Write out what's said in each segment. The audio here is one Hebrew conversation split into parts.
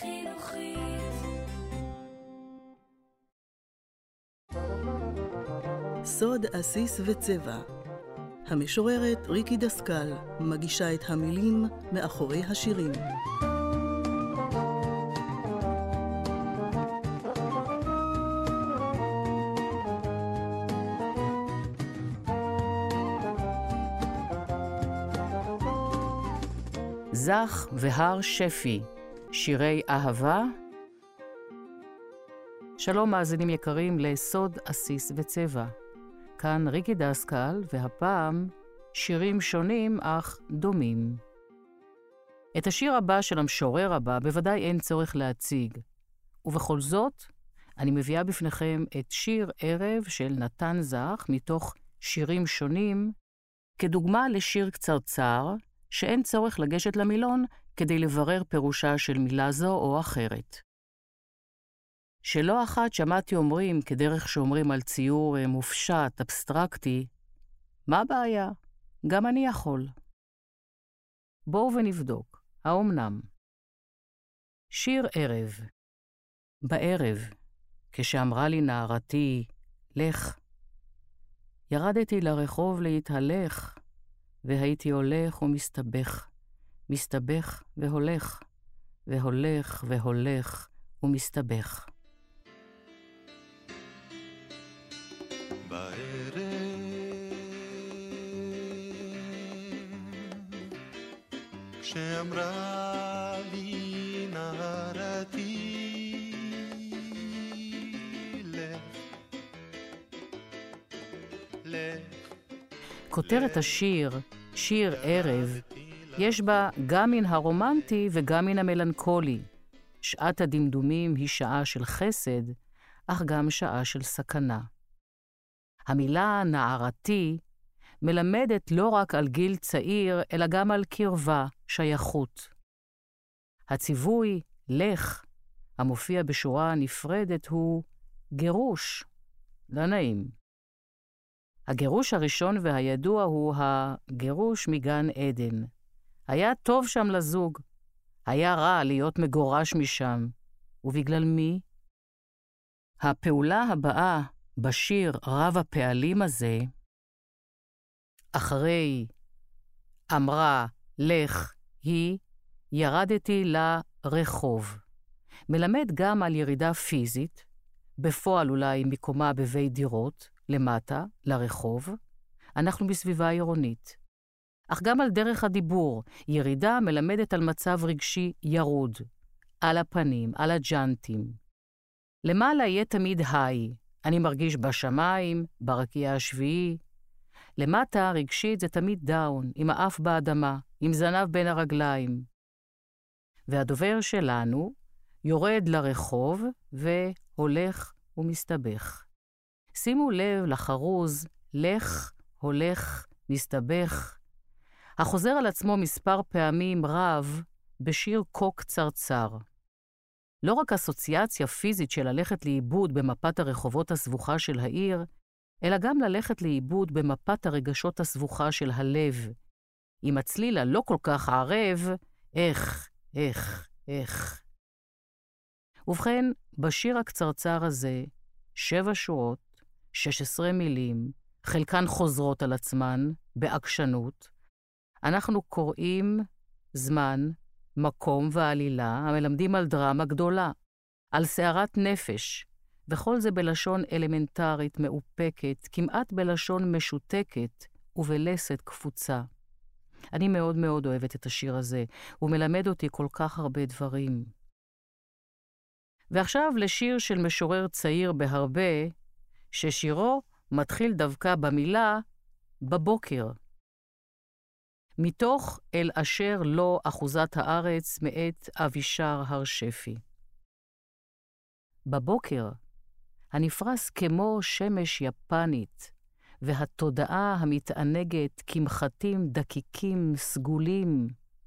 חינוכית. סוד עסיס וצבע. המשוררת ריקי דסקל מגישה את המילים מאחורי השירים. זך והר שפי, שירי אהבה. שלום מאזינים יקרים לסוד עסיס וצבע. כאן ריקי דסקל, והפעם שירים שונים אך דומים. את השיר הבא של המשורר הבא בוודאי אין צורך להציג, ובכל זאת אני מביאה בפניכם את שיר ערב של נתן זך מתוך שירים שונים, כדוגמה לשיר קצרצר שאין צורך לגשת למילון כדי לברר פירושה של מילה זו או אחרת. שלא אחת שמעתי אומרים, כדרך שאומרים על ציור מופשט, אבסטרקטי, מה הבעיה? גם אני יכול. בואו ונבדוק, האומנם? שיר ערב. בערב, כשאמרה לי נערתי, לך, ירדתי לרחוב להתהלך, והייתי הולך ומסתבך, מסתבך והולך, והולך והולך ומסתבך. בערב כשאמרה לי נערתי, לך, לך. כותרת השיר, שיר ערב, יש בה גם מן הרומנטי וגם מן המלנכולי. שעת הדמדומים היא שעה של חסד, אך גם שעה של סכנה. המילה נערתי מלמדת לא רק על גיל צעיר, אלא גם על קרבה, שייכות. הציווי לך, המופיע בשורה נפרדת, הוא גירוש. לא נעים. הגירוש הראשון והידוע הוא הגירוש מגן עדן. היה טוב שם לזוג. היה רע להיות מגורש משם. ובגלל מי? הפעולה הבאה בשיר רב הפעלים הזה, אחרי אמרה לך היא, ירדתי לרחוב. מלמד גם על ירידה פיזית, בפועל אולי מקומה בבית דירות, למטה, לרחוב. אנחנו בסביבה עירונית. אך גם על דרך הדיבור, ירידה מלמדת על מצב רגשי ירוד, על הפנים, על הג'אנטים. למעלה יהיה תמיד היי, אני מרגיש בשמיים, ברקיע השביעי. למטה רגשית זה תמיד דאון, עם האף באדמה, עם זנב בין הרגליים. והדובר שלנו יורד לרחוב והולך ומסתבך. שימו לב לחרוז, לך, הולך, מסתבך. החוזר על עצמו מספר פעמים רב בשיר כה קצרצר. לא רק אסוציאציה פיזית של ללכת לאיבוד במפת הרחובות הסבוכה של העיר, אלא גם ללכת לאיבוד במפת הרגשות הסבוכה של הלב. עם הצליל הלא כל כך ערב, איך. ובכן, בשיר הקצרצר הזה, 7 שורות, 16 מילים, חלקן חוזרות על עצמן, בעקשנות, אנחנו קוראים זמן, מקום ועלילה המלמדים על דרמה גדולה, על סערת נפש, וכל זה בלשון אלמנטרית מאופקת, כמעט בלשון משותקת ובלסת קפוצה. אני מאוד מאוד אוהבת את השיר הזה, הוא מלמד אותי כל כך הרבה דברים. ועכשיו לשיר של משורר צעיר בהרבה, ששירו מתחיל דווקא במילה בבוקר. מתוך אל אשר לא אחוזת הארץ מאת אבישר הר שפי. בבוקר הנפרס כמו שמש יפנית, והתודעה המתענגת כמחטים דקיקים סגולים.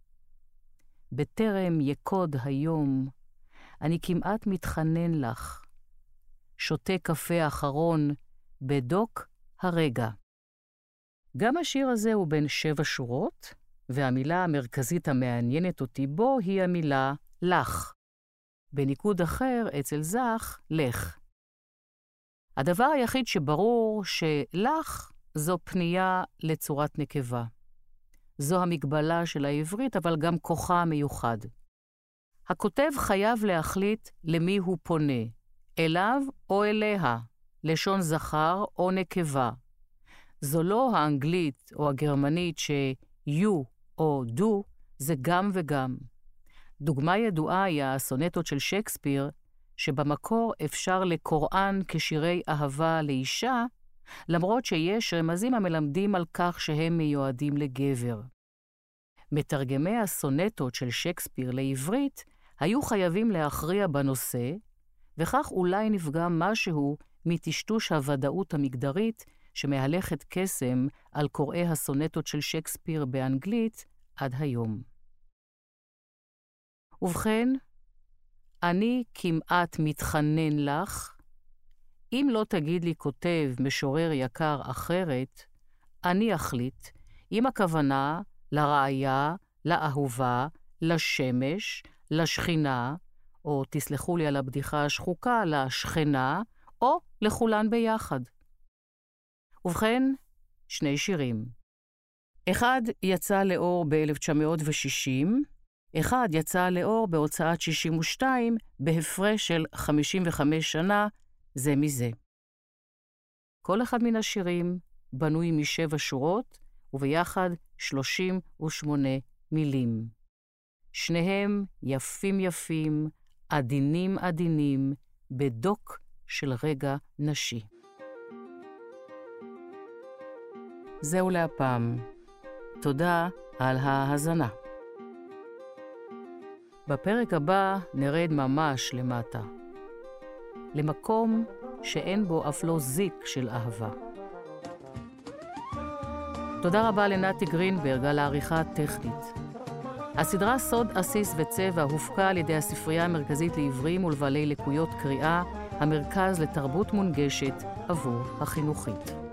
בטרם יקוד היום, אני כמעט מתחנן לך. שותה קפה אחרון בדוק הרגע. גם השיר הזה הוא בין 7 שורות, והמילה המרכזית המעניינת אותי בו היא המילה לך. בניקוד אחר אצל זך, לך. הדבר היחיד שברור שלך זו פנייה לצורת נקבה. זו המגבלה של העברית, אבל גם כוחה המיוחד. הכותב חייב להחליט למי הוא פונה, אליו או אליה, לשון זכר או נקבה. זו לא האנגלית או הגרמנית ש-you או do, זה גם וגם. דוגמה ידועה היא הסונטות של שייקספיר, שבמקור אפשר לקוראן כשירי אהבה לאישה, למרות שיש רמזים המלמדים על כך שהם מיועדים לגבר. מתרגמי הסונטות של שייקספיר לעברית היו חייבים להכריע בנושא, וכך אולי נפגע משהו מטשטוש הוודאות המגדרית שמהלכת קסם על קוראי הסונטות של שייקספיר באנגלית עד היום. ובכן, אני כמעט מתחנן לך, אם לא תגיד לי כותב משורר יקר אחרת, אני אחליט אם הכוונה לרעיה, לאהובה, לשמש, לשכינה, או תסלחו לי על הבדיחה השחוקה, לשכנה, או לכולן ביחד. ובכן, שני שירים. אחד יצא לאור ב-1960, אחד יצא לאור בהוצאת 62 בהפרש של 55 שנה זה מזה. כל אחד מן השירים בנוי מ7 שורות וביחד 38 מילים. שניהם יפים יפים, עדינים עדינים, בדוק של רגע נשי. זהו להפעם. תודה על ההאזנה. בפרק הבא נרד ממש למטה, למקום שאין בו אף לא זיק של אהבה. תודה רבה לנתי גרינברג על העריכה הטכנית. הסדרה סוד עסיס וצבע הופקה על ידי הספרייה המרכזית לעיוורים ולבעלי לקויות קריאה, המרכז לתרבות מונגשת עבור החינוכית.